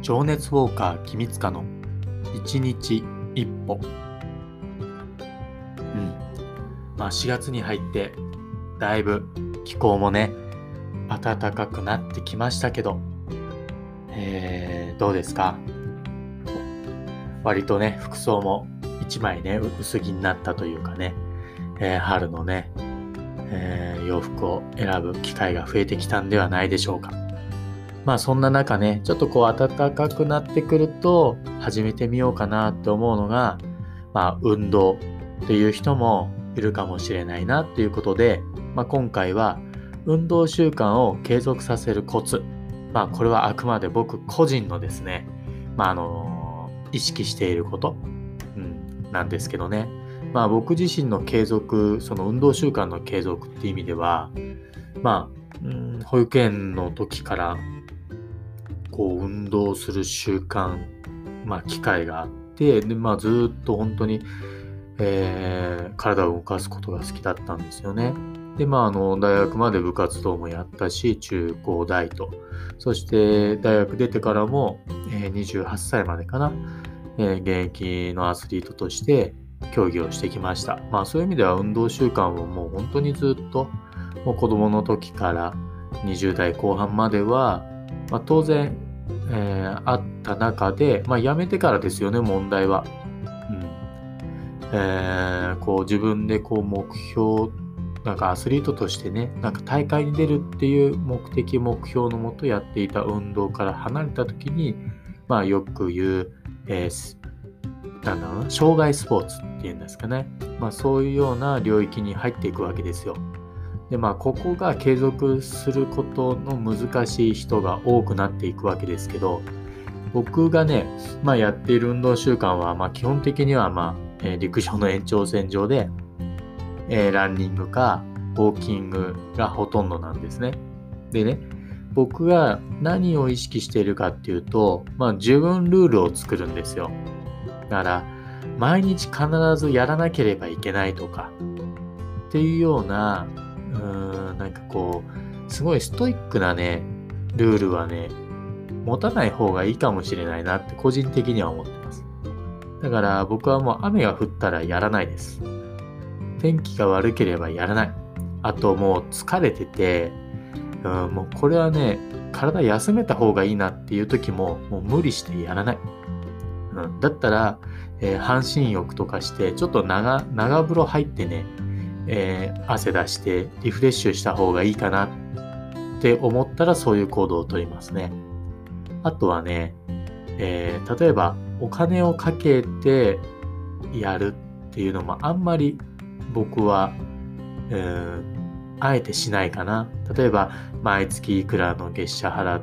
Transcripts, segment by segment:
情熱ウォーカー君塚の一日一歩。4月に入ってだいぶ気候もね暖かくなってきましたけど、どうですか？割とね服装も一枚ね薄着になったというかね、春のね、洋服を選ぶ機会が増えてきたんではないでしょうか。そんな中ね、ちょっと暖かくなってくると始めてみようかなって思うのが、運動っていう人もいるかもしれないなっていうことで、今回は運動習慣を継続させるコツ。これはあくまで僕個人のですね、意識していること、なんですけどね。僕自身の継続、その運動習慣の継続っていう意味では、保育園の時から運動する習慣、機会があって、でずっと本当に、体を動かすことが好きだったんですよね。で大学まで部活動もやったし、中高大と、そして大学出てからも、28歳までかな、現役のアスリートとして競技をしてきました。そういう意味では運動習慣をもう本当にずっともう子供の時から20代後半までは、当然、あった中で、辞めてからですよね、問題は。自分で目標、アスリートとしてね、大会に出るっていう目標のもとやっていた運動から離れた時に、よく言う、障害スポーツっていうんですかね。そういうような領域に入っていくわけですよ。でここが継続することの難しい人が多くなっていくわけですけど、僕がね、やっている運動習慣は、基本的には、陸上の延長線上で、ランニングかウォーキングがほとんどなんですね。でね、僕が何を意識しているかっていうと、自分ルールを作るんですよ。だから毎日必ずやらなければいけないとかっていうような、すごいストイックなねルールはね持たない方がいいかもしれないなって個人的には思ってます。だから僕はもう雨が降ったらやらないです。天気が悪ければやらない。あともう疲れてて、もうこれはね体休めた方がいいなっていう時ももう無理してやらない。だったら、半身浴とかしてちょっと長風呂入ってね、汗出してリフレッシュした方がいいかなって思ったらそういう行動をとりますね。あとはね、例えばお金をかけてやるっていうのもあんまり僕は、あえてしないかな。例えば毎月いくらの月謝払って、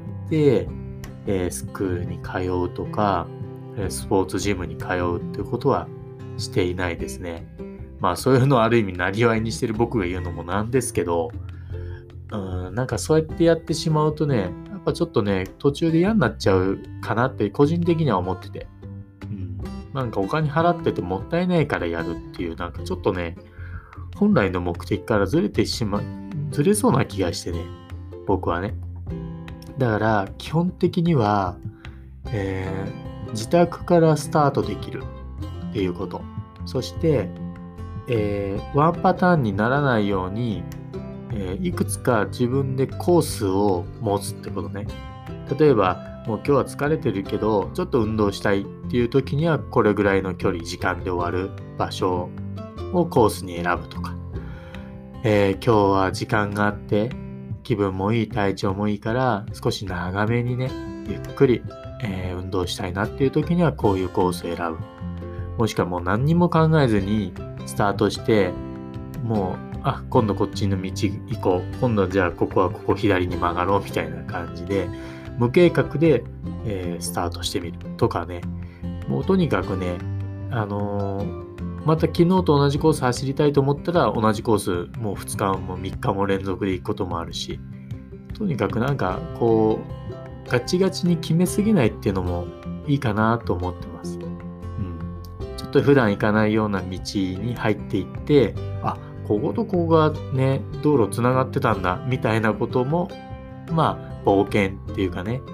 スクールに通うとかスポーツジムに通うっていうことはしていないですね。そういうのをある意味なりわいにしてる僕が言うのもなんですけど、そうやってやってしまうとね、やっぱちょっとね途中で嫌になっちゃうかなって個人的には思ってて、お金払っててもったいないからやるっていう、ちょっとね本来の目的からずれそうな気がしてね、僕はね。だから基本的には、自宅からスタートできるっていうこと。そして、ワンパターンにならないように、いくつか自分でコースを持つってことね。例えばもう今日は疲れてるけどちょっと運動したいっていう時にはこれぐらいの距離時間で終わる場所をコースに選ぶとか、今日は時間があって気分もいい体調もいいから少し長めにねゆっくり、運動したいなっていう時にはこういうコースを選ぶ。もしくはもう何にも考えずにスタートしてもう今度こっちの道行こう、今度じゃあここ左に曲がろうみたいな感じで無計画で、スタートしてみるとかね。もうとにかくねまた昨日と同じコース走りたいと思ったら同じコースもう2日も3日も連続で行くこともあるし、とにかくガチガチに決めすぎないっていうのもいいかなと思ってます。ちょっと普段行かないような道に入っていって、こことここがね道路つながってたんだみたいなことも冒険っていうかね、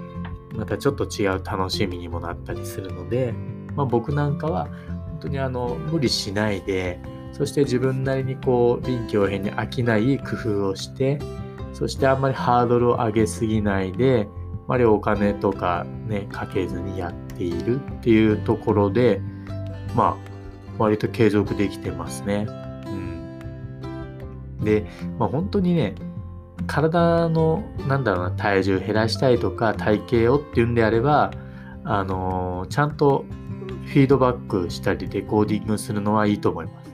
またちょっと違う楽しみにもなったりするので、僕なんかは本当に無理しないで、そして自分なりに臨機応変に飽きない工夫をして、そしてあんまりハードルを上げすぎないで、あまりお金とかねかけずにやっているっていうところで、割と継続できてますね。で、本当にね、体の体重減らしたいとか体型をっていうんであれば、ちゃんとフィードバックしたりレコーディングするのはいいと思います。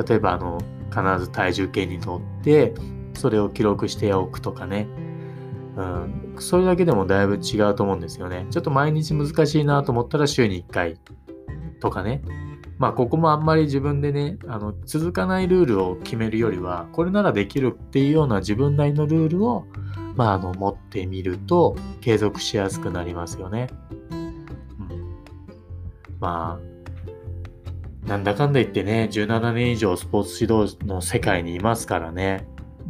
例えば必ず体重計に乗ってそれを記録しておくとかね、それだけでもだいぶ違うと思うんですよね。ちょっと毎日難しいなと思ったら週に1回とかね。ここもあんまり自分でね、続かないルールを決めるよりは、これならできるっていうような自分なりのルールを、持ってみると継続しやすくなりますよね。なんだかんだ言ってね、17年以上スポーツ指導の世界にいますからね。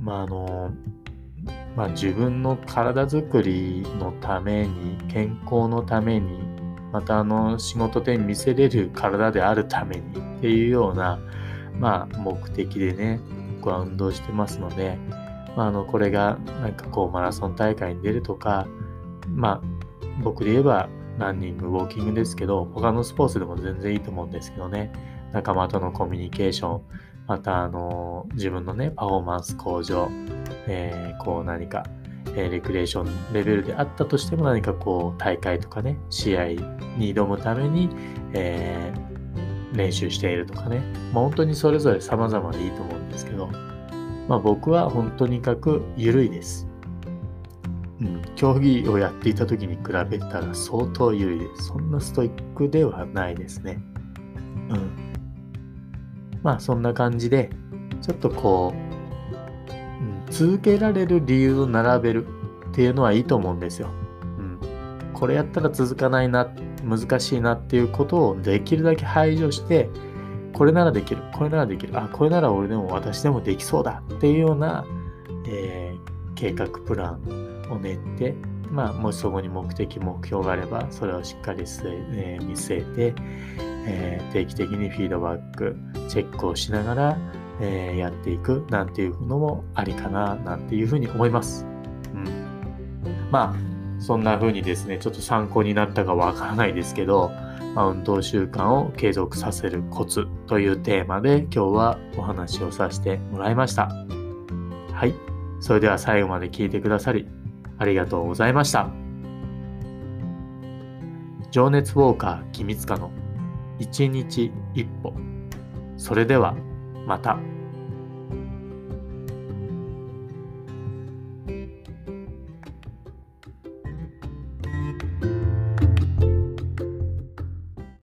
自分の体づくりのために、健康のために、また仕事で見せれる体であるためにっていうような、目的でね、僕は運動してますので、これがマラソン大会に出るとか、僕で言えばランニング、ウォーキングですけど、他のスポーツでも全然いいと思うんですけどね、仲間とのコミュニケーション、また自分のね、パフォーマンス向上、何かレクレーションレベルであったとしても何か大会とかね試合に挑むために、練習しているとかね、本当にそれぞれ様々でいいと思うんですけど、僕は本当にかく緩いです。競技をやっていた時に比べたら相当緩いです。そんなストイックではないですね。そんな感じでちょっと続けられる理由を並べるっていうのはいいと思うんですよ。これやったら続かないな、難しいなっていうことをできるだけ排除して、これならできる、これならできる、これなら俺でも私でもできそうだっていうような、計画プランを練って、もしそこに目的目標があればそれをしっかり見据えて、定期的にフィードバックチェックをしながらやっていくなんていうのもありかななんていうふうに思います。そんな風にですね、ちょっと参考になったかわからないですけど、運動習慣を継続させるコツというテーマで今日はお話をさせてもらいました。はい、それでは最後まで聞いてくださりありがとうございました。情熱ウォーカー君塚の一日一歩。それではまた。